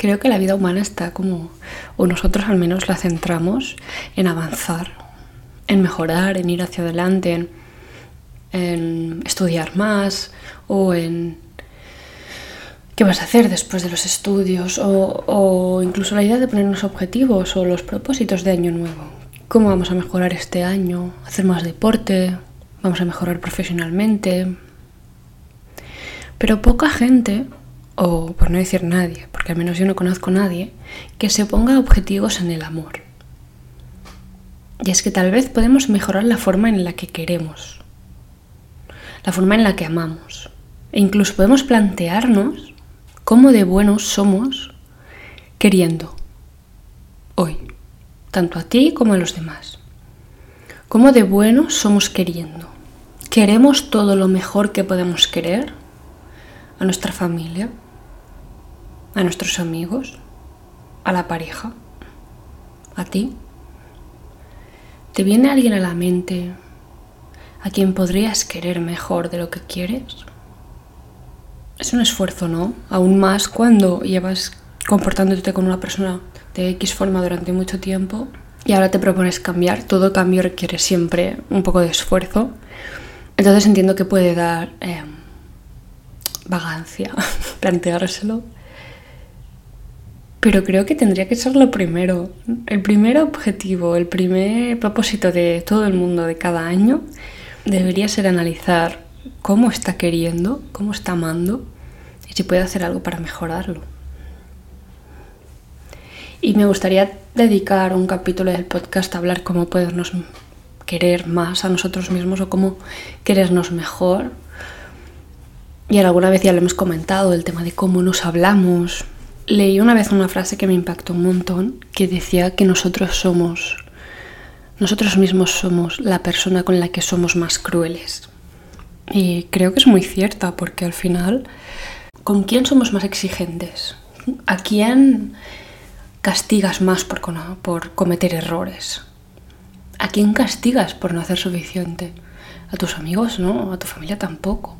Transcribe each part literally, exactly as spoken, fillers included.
creo que la vida humana está como, o nosotros al menos la centramos en avanzar, en mejorar, en ir hacia adelante, en, en estudiar más o en qué vas a hacer después de los estudios o, o incluso la idea de ponernos objetivos o los propósitos de año nuevo. ¿Cómo vamos a mejorar este año? ¿Hacer más deporte? ¿Vamos a mejorar profesionalmente? Pero poca gente, o por no decir nadie, porque al menos yo no conozco a nadie, que se ponga objetivos en el amor. Y es que tal vez podemos mejorar la forma en la que queremos, la forma en la que amamos. E incluso podemos plantearnos cómo de buenos somos queriendo hoy, tanto a ti como a los demás. Cómo de buenos somos queriendo. ¿Queremos todo lo mejor que podemos querer? A nuestra familia, a nuestros amigos, a la pareja, a ti. ¿Te viene alguien a la mente a quien podrías querer mejor de lo que quieres? Es un esfuerzo, ¿no? Aún más cuando llevas comportándote con una persona de X forma durante mucho tiempo y ahora te propones cambiar. Todo cambio requiere siempre un poco de esfuerzo. Entonces entiendo que puede dar eh, vagancia planteárselo. Pero creo que tendría que ser lo primero. El primer objetivo, el primer propósito de todo el mundo de cada año debería ser analizar cómo está queriendo, cómo está amando y si puede hacer algo para mejorarlo. Y me gustaría dedicar un capítulo del podcast a hablar cómo podernos querer más a nosotros mismos o cómo querernos mejor. Y alguna vez ya lo hemos comentado, el tema de cómo nos hablamos. Leí una vez una frase que me impactó un montón, que decía que nosotros somos, nosotros mismos somos la persona con la que somos más crueles. Y creo que es muy cierta, porque al final, ¿con quién somos más exigentes? ¿A quién castigas más por, por cometer errores? ¿A quién castigas por no hacer suficiente? A tus amigos no, a tu familia tampoco.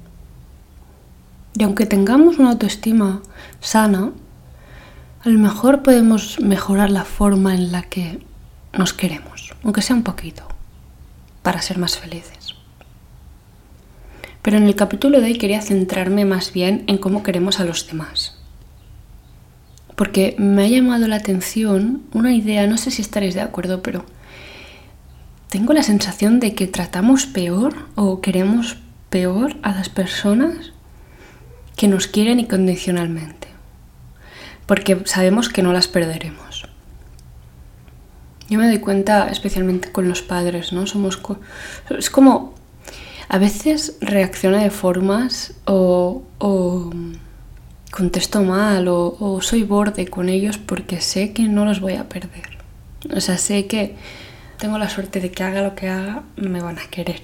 Y aunque tengamos una autoestima sana, a lo mejor podemos mejorar la forma en la que nos queremos, aunque sea un poquito, para ser más felices. Pero en el capítulo de hoy quería centrarme más bien en cómo queremos a los demás. Porque me ha llamado la atención una idea, no sé si estaréis de acuerdo, pero tengo la sensación de que tratamos peor o queremos peor a las personas que nos quieren incondicionalmente, porque sabemos que no las perderemos. Yo me doy cuenta, especialmente con los padres, ¿no? Somos co- es como a veces reacciona de formas o, o contesto mal o, o soy borde con ellos porque sé que no los voy a perder. O sea, sé que tengo la suerte de que haga lo que haga, me van a querer.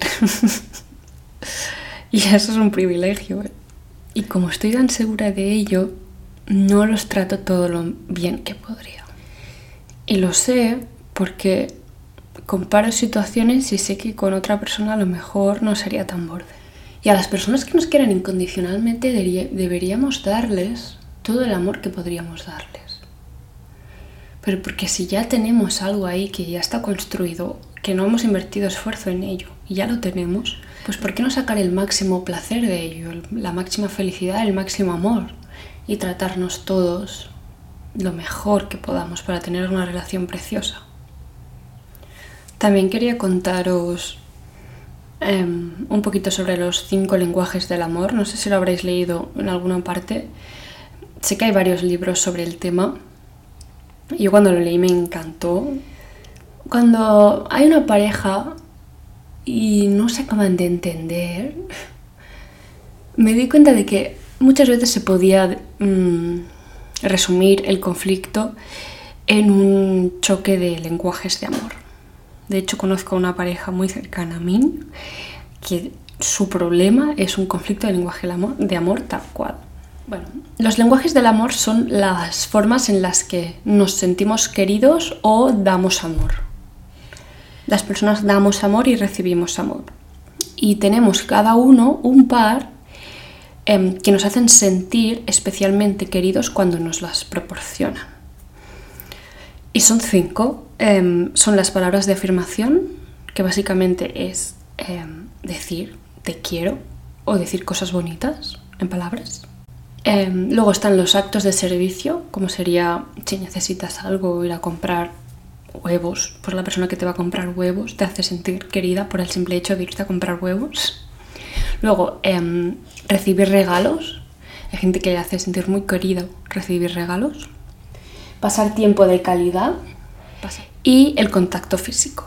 Y eso es un privilegio, ¿eh? Y como estoy tan segura de ello, no los trato todo lo bien que podría. Y lo sé porque comparo situaciones y sé que con otra persona a lo mejor no sería tan borde. Y a las personas que nos quieran incondicionalmente deberíamos darles todo el amor que podríamos darles. Pero porque si ya tenemos algo ahí que ya está construido, que no hemos invertido esfuerzo en ello y ya lo tenemos, pues ¿por qué no sacar el máximo placer de ello, la máxima felicidad, el máximo amor y tratarnos todos lo mejor que podamos para tener una relación preciosa? También quería contaros eh, un poquito sobre los cinco lenguajes del amor. No sé si lo habréis leído en alguna parte. Sé que hay varios libros sobre el tema. Yo cuando lo leí me encantó. Cuando hay una pareja y no se acaban de entender, me di cuenta de que muchas veces se podía mmm, resumir el conflicto en un choque de lenguajes de amor. De hecho, conozco a una pareja muy cercana a mí que su problema es un conflicto de lenguaje de amor, de amor tal cual. Bueno, los lenguajes del amor son las formas en las que nos sentimos queridos o damos amor. Las personas damos amor y recibimos amor. Y tenemos cada uno un par eh, que nos hacen sentir especialmente queridos cuando nos las proporcionan. Y son cinco. Eh, son las palabras de afirmación, que básicamente es eh, decir te quiero o decir cosas bonitas en palabras. Eh, luego están los actos de servicio, como sería si necesitas algo, ir a comprar huevos, pues la persona que te va a comprar huevos te hace sentir querida por el simple hecho de irte a comprar huevos. Luego, eh, recibir regalos. Hay gente que le hace sentir muy querido recibir regalos. Pasar tiempo de calidad. Y el contacto físico.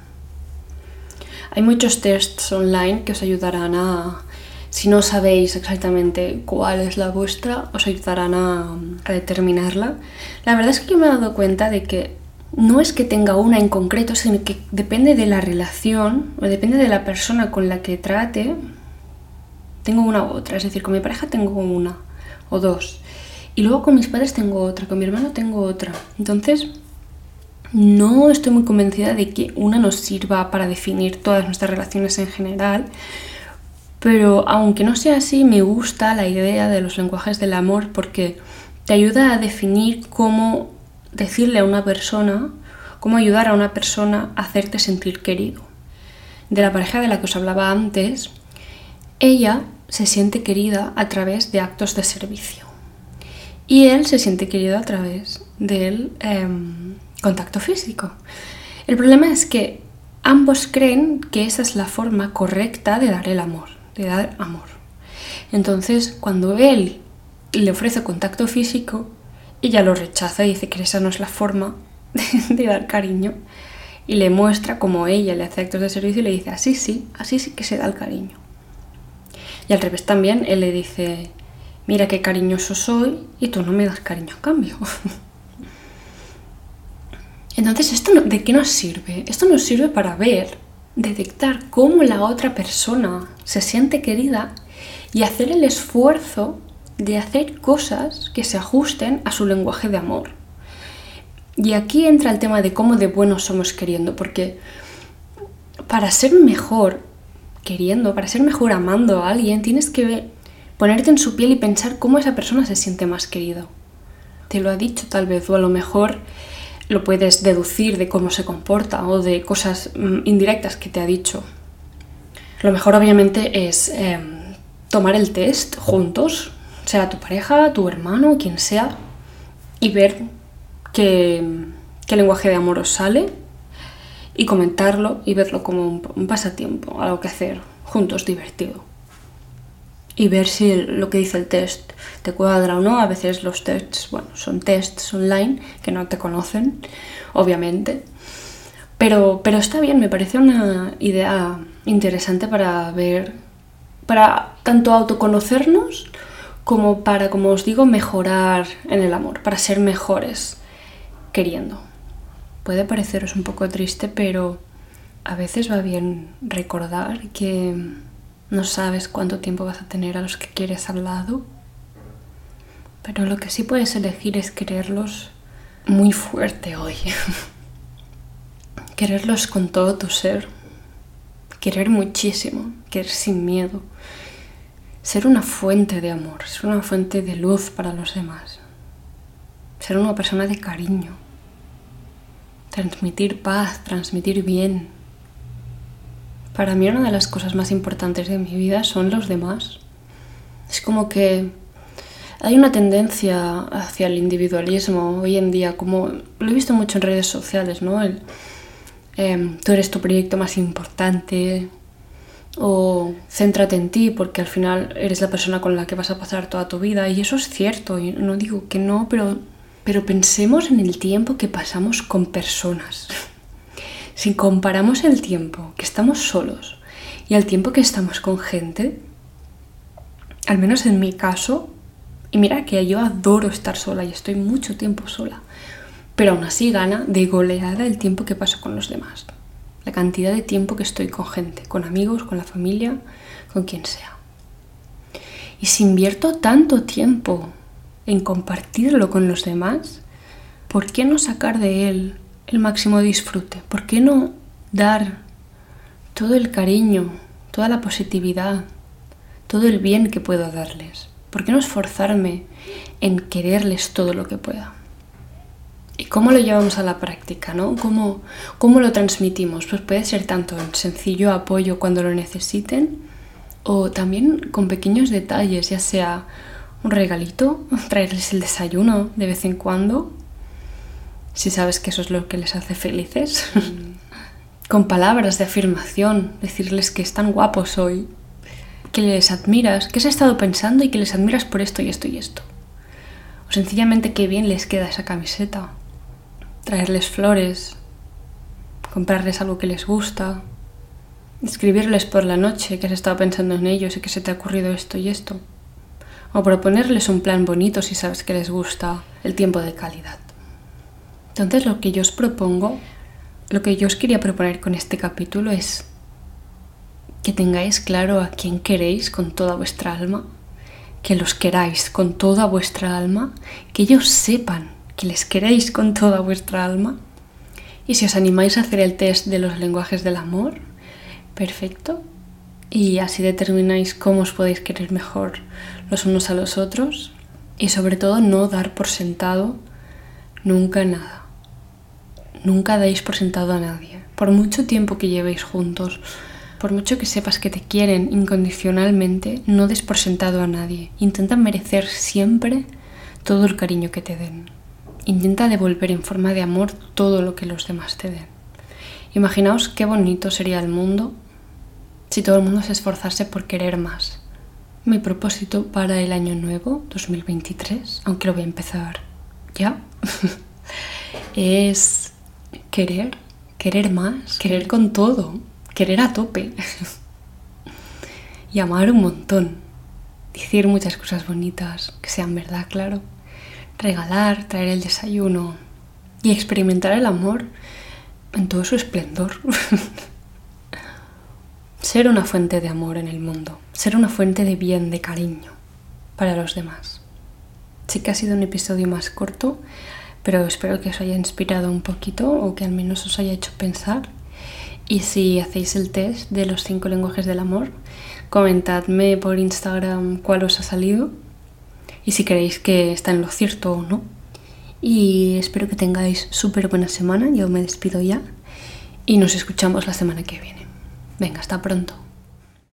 Hay muchos tests online que os ayudarán a, si no sabéis exactamente cuál es la vuestra, os ayudarán a, a determinarla. La verdad es que yo me he dado cuenta de que no es que tenga una en concreto, sino que depende de la relación o depende de la persona con la que trate, tengo una u otra. Es decir, con mi pareja tengo una o dos. Y luego con mis padres tengo otra, con mi hermano tengo otra. Entonces, no estoy muy convencida de que una nos sirva para definir todas nuestras relaciones en general, pero aunque no sea así, me gusta la idea de los lenguajes del amor porque te ayuda a definir cómo decirle a una persona, cómo ayudar a una persona a hacerte sentir querido. De la pareja de la que os hablaba antes, ella se siente querida a través de actos de servicio y él se siente querido a través del eh, contacto físico. El problema es que ambos creen que esa es la forma correcta de dar el amor, de dar amor. Entonces, cuando él le ofrece contacto físico, ella lo rechaza y dice que esa no es la forma de, de dar cariño, y le muestra cómo ella le hace actos de servicio y le dice así sí, así sí que se da el cariño. Y al revés también, él le dice mira qué cariñoso soy y tú no me das cariño a cambio. Entonces, ¿esto no, de qué nos sirve? Esto nos sirve para ver, detectar cómo la otra persona se siente querida y hacer el esfuerzo de hacer cosas que se ajusten a su lenguaje de amor. Y aquí entra el tema de cómo de buenos somos queriendo, porque para ser mejor queriendo, para ser mejor amando a alguien, tienes que ponerte en su piel y pensar cómo esa persona se siente más querido. Te lo ha dicho tal vez, o a lo mejor lo puedes deducir de cómo se comporta o de cosas mm, indirectas que te ha dicho. Lo mejor obviamente es eh, tomar el test juntos, sea tu pareja, tu hermano, quien sea, y ver qué, qué lenguaje de amor os sale y comentarlo y verlo como un, un pasatiempo, algo que hacer juntos divertido. Y ver si el, lo que dice el test te cuadra o no. A veces los tests, bueno, son tests online que no te conocen, obviamente. Pero, pero está bien, me parece una idea interesante para ver, para tanto autoconocernos como para, como os digo, mejorar en el amor, para ser mejores queriendo. Puede pareceros un poco triste, pero a veces va bien recordar que no sabes cuánto tiempo vas a tener a los que quieres al lado, pero lo que sí puedes elegir es quererlos muy fuerte hoy. Quererlos con todo tu ser, querer muchísimo, querer sin miedo, ser una fuente de amor, ser una fuente de luz para los demás, ser una persona de cariño, transmitir paz, transmitir bien. Para mí una de las cosas más importantes de mi vida son los demás. Es como que hay una tendencia hacia el individualismo hoy en día, como lo he visto mucho en redes sociales, ¿no? El, eh, tú eres tu proyecto más importante, o céntrate en ti porque al final eres la persona con la que vas a pasar toda tu vida. Y eso es cierto, y no digo que no, pero, pero pensemos en el tiempo que pasamos con personas. Si comparamos el tiempo que estamos solos y el tiempo que estamos con gente, al menos en mi caso, y mira que yo adoro estar sola y estoy mucho tiempo sola, pero aún así gana de goleada el tiempo que paso con los demás. La cantidad de tiempo que estoy con gente, con amigos, con la familia, con quien sea. Y si invierto tanto tiempo en compartirlo con los demás, ¿por qué no sacar de él el máximo disfrute? ¿Por qué no dar todo el cariño, toda la positividad, todo el bien que puedo darles? ¿Por qué no esforzarme en quererles todo lo que pueda? ¿Y cómo lo llevamos a la práctica, no? ¿Cómo, cómo lo transmitimos? Pues puede ser tanto en sencillo apoyo cuando lo necesiten, o también con pequeños detalles, ya sea un regalito, traerles el desayuno de vez en cuando, si sabes que eso es lo que les hace felices, con palabras de afirmación, decirles que están guapos hoy, que les admiras, que has estado pensando y que les admiras por esto y esto y esto. O sencillamente qué bien les queda esa camiseta. Traerles flores, comprarles algo que les gusta, escribirles por la noche que has estado pensando en ellos y que se te ha ocurrido esto y esto. O proponerles un plan bonito si sabes que les gusta el tiempo de calidad. Entonces lo que yo os propongo, lo que yo os quería proponer con este capítulo es que tengáis claro a quién queréis con toda vuestra alma, que los queráis con toda vuestra alma, que ellos sepan que les queréis con toda vuestra alma. Y si os animáis a hacer el test de los lenguajes del amor, perfecto. Y así determináis cómo os podéis querer mejor los unos a los otros. Y sobre todo no dar por sentado nunca nada. Nunca deis por sentado a nadie. Por mucho tiempo que llevéis juntos, por mucho que sepas que te quieren incondicionalmente, no des por sentado a nadie. Intenta merecer siempre todo el cariño que te den. Intenta devolver en forma de amor todo lo que los demás te den. Imaginaos qué bonito sería el mundo si todo el mundo se esforzase por querer más. Mi propósito para el año nuevo, dos mil veintitrés, aunque lo voy a empezar ya, es querer, querer más, querer con todo, querer a tope y amar un montón. Decir muchas cosas bonitas, que sean verdad, claro. Regalar, traer el desayuno y experimentar el amor en todo su esplendor. Ser una fuente de amor en el mundo, ser una fuente de bien, de cariño para los demás. Sí que ha sido un episodio más corto, pero espero que os haya inspirado un poquito o que al menos os haya hecho pensar. Y si hacéis el test de los cinco lenguajes del amor, comentadme por Instagram cuál os ha salido y si creéis que está en lo cierto o no. Y espero que tengáis súper buena semana. Yo me despido ya y nos escuchamos la semana que viene. Venga, hasta pronto.